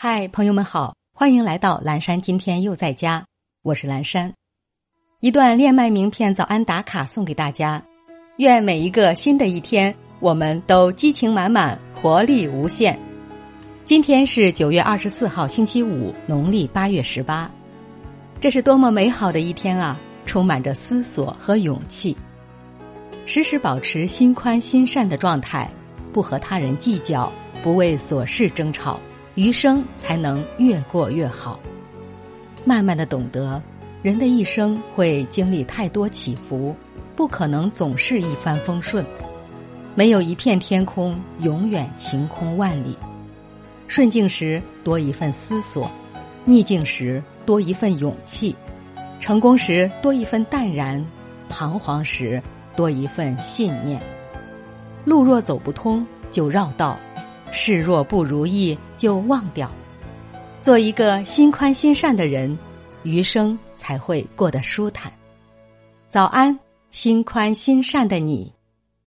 嗨，朋友们好，欢迎来到蓝山今天又在家，我是蓝山。一段恋麦名片早安打卡送给大家，愿每一个新的一天，我们都激情满满，活力无限。今天是9月24号星期五，农历8月18，这是多么美好的一天啊，充满着思索和勇气。时时保持心宽心善的状态，不和他人计较，不为琐事争吵，余生才能越过越好。慢慢的懂得，人的一生会经历太多起伏，不可能总是一帆风顺，没有一片天空永远晴空万里。顺境时多一份思索，逆境时多一份勇气，成功时多一份淡然，彷徨时多一份信念。路若走不通就绕道，事若不如意就忘掉，做一个心宽心善的人，余生才会过得舒坦。早安，心宽心善的你。